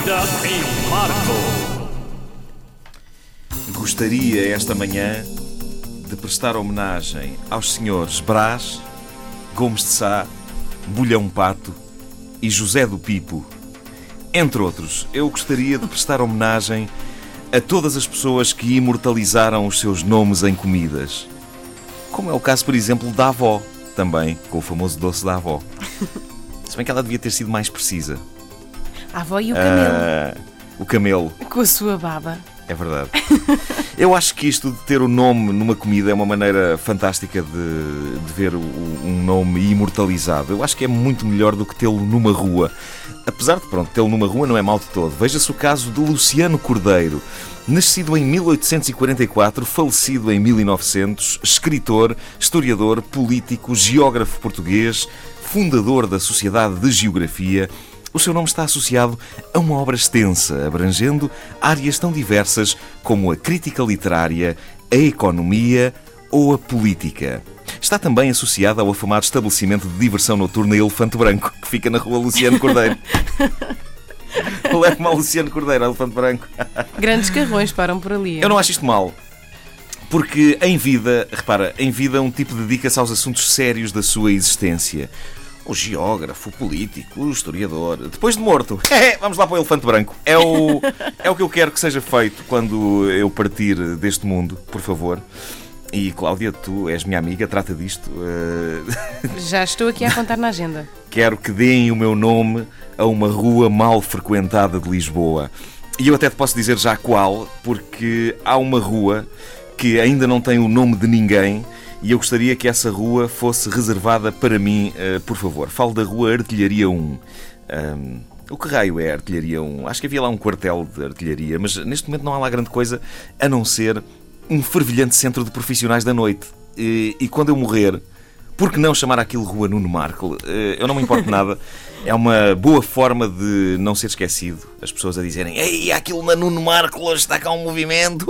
Vida em Marco. Gostaria esta manhã de prestar homenagem aos senhores Brás, Gomes de Sá, Bolhão Pato e José do Pipo. Entre outros, eu gostaria de prestar homenagem a todas as pessoas que imortalizaram os seus nomes em comidas. Como é o caso, por exemplo, da avó, também, com o famoso doce da avó. Se bem que ela devia ter sido mais precisa. A avó e o camelo. O camelo. Com a sua baba. É verdade. Eu acho que isto de ter o nome numa comida é uma maneira fantástica de ver um nome imortalizado. Eu acho que é muito melhor do que tê-lo numa rua. Apesar de, tê-lo numa rua não é mau de todo. Veja-se o caso de Luciano Cordeiro. Nascido em 1844, falecido em 1900, escritor, historiador, político, geógrafo português, fundador da Sociedade de Geografia. O seu nome está associado a uma obra extensa, abrangendo áreas tão diversas como a crítica literária, a economia ou a política. Está também associado ao afamado estabelecimento de diversão noturna Elefante Branco, que fica na rua Luciano Cordeiro. Leve-me ao Luciano Cordeiro, Elefante Branco. Grandes carrões param por ali. Eu não acho isto mal. Porque em vida, repara, em vida um tipo dedica-se aos assuntos sérios da sua existência. O geógrafo, o político, o historiador. Depois de morto, vamos lá para o Elefante Branco. É o que eu quero que seja feito quando eu partir deste mundo, por favor. E Cláudia, tu és minha amiga, trata disto. Já estou aqui a apontar na agenda. Quero que deem o meu nome a uma rua mal frequentada de Lisboa. E eu até te posso dizer já qual, porque há uma rua que ainda não tem o nome de ninguém. E eu gostaria que essa rua fosse reservada para mim, por favor. Falo da rua Artilharia 1. O que raio é a Artilharia 1? Acho que havia lá um quartel de artilharia, mas neste momento não há lá grande coisa a não ser um fervilhante centro de profissionais da noite. E quando eu morrer, por que não chamar aquilo Rua Nuno Marco? Eu não me importo nada. É uma boa forma de não ser esquecido. As pessoas a dizerem: ei, aquilo na Nuno Marco, hoje está cá um movimento.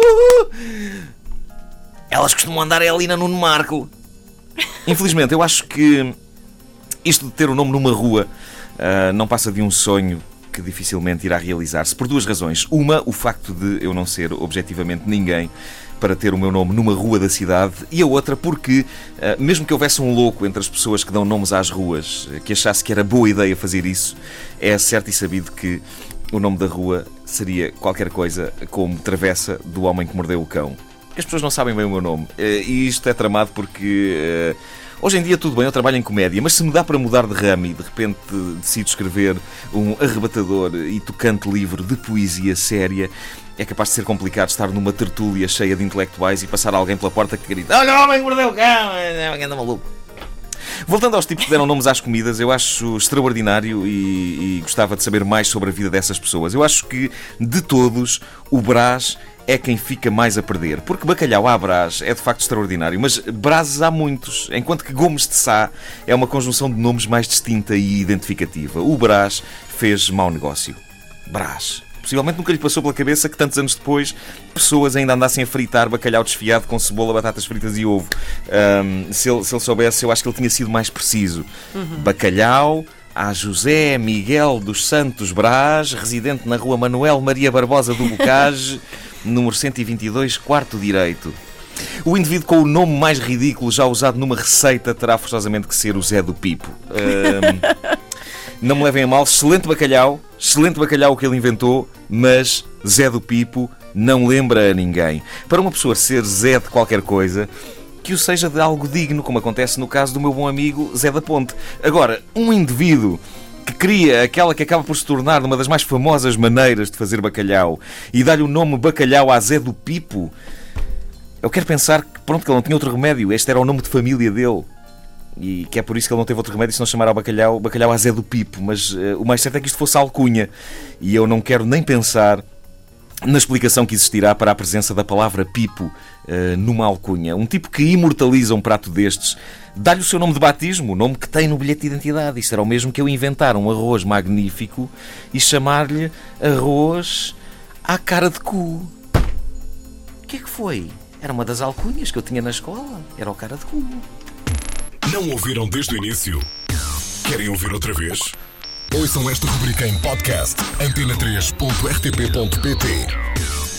Elas costumam andar ali na Nuno Marco. Infelizmente, eu acho que isto de ter o nome numa rua não passa de um sonho que dificilmente irá realizar-se, por duas razões. Uma, o facto de eu não ser objetivamente ninguém para ter o meu nome numa rua da cidade, e a outra porque, mesmo que houvesse um louco entre as pessoas que dão nomes às ruas, que achasse que era boa ideia fazer isso, é certo e sabido que o nome da rua seria qualquer coisa como Travessa do Homem que Mordeu o Cão. As pessoas não sabem bem o meu nome. E isto é tramado porque hoje em dia tudo bem, eu trabalho em comédia, mas se me dá para mudar de ramo e de repente decido escrever um arrebatador e tocante livro de poesia séria, é capaz de ser complicado estar numa tertúlia cheia de intelectuais e passar alguém pela porta que grita: olha o homem que mordeu o cão, anda maluco. Voltando aos tipos que deram nomes às comidas, eu acho extraordinário e gostava de saber mais sobre a vida dessas pessoas. Eu acho que, de todos, o Brás é quem fica mais a perder. Porque bacalhau à Brás é de facto extraordinário, mas Brazes há muitos, enquanto que Gomes de Sá é uma conjunção de nomes mais distinta e identificativa. O Brás fez mau negócio. Brás. Possivelmente nunca lhe passou pela cabeça que tantos anos depois pessoas ainda andassem a fritar bacalhau desfiado com cebola, batatas fritas e ovo. Se ele soubesse, eu acho que ele tinha sido mais preciso. Bacalhau a José Miguel dos Santos Brás, residente na rua Manuel Maria Barbosa do Bocage, número 122, quarto direito. O indivíduo com o nome mais ridículo já usado numa receita terá forçosamente que ser o Zé do Pipo. Não me levem a mal, excelente bacalhau o que ele inventou, mas Zé do Pipo não lembra a ninguém. Para uma pessoa ser Zé de qualquer coisa, que o seja de algo digno, como acontece no caso do meu bom amigo Zé da Ponte. Agora, um indivíduo que cria aquela que acaba por se tornar uma das mais famosas maneiras de fazer bacalhau e dá-lhe o nome Bacalhau a Zé do Pipo, eu quero pensar que, que ele não tinha outro remédio, este era o nome de família dele. E que é por isso que ele não teve outro remédio se não chamar ao bacalhau a Zé do Pipo. Mas o mais certo é que isto fosse alcunha. E eu não quero nem pensar na explicação que existirá para a presença da palavra pipo numa alcunha. Um tipo que imortaliza um prato destes, dá-lhe o seu nome de batismo, o nome que tem no bilhete de identidade. Isto era o mesmo que eu inventar um arroz magnífico e chamar-lhe arroz à cara de cu. O que é que foi? Era uma das alcunhas que eu tinha na escola. Era o cara de cu. Não ouviram desde o início? Querem ouvir outra vez? Ouçam esta rubrica em podcast antena3.rtp.pt.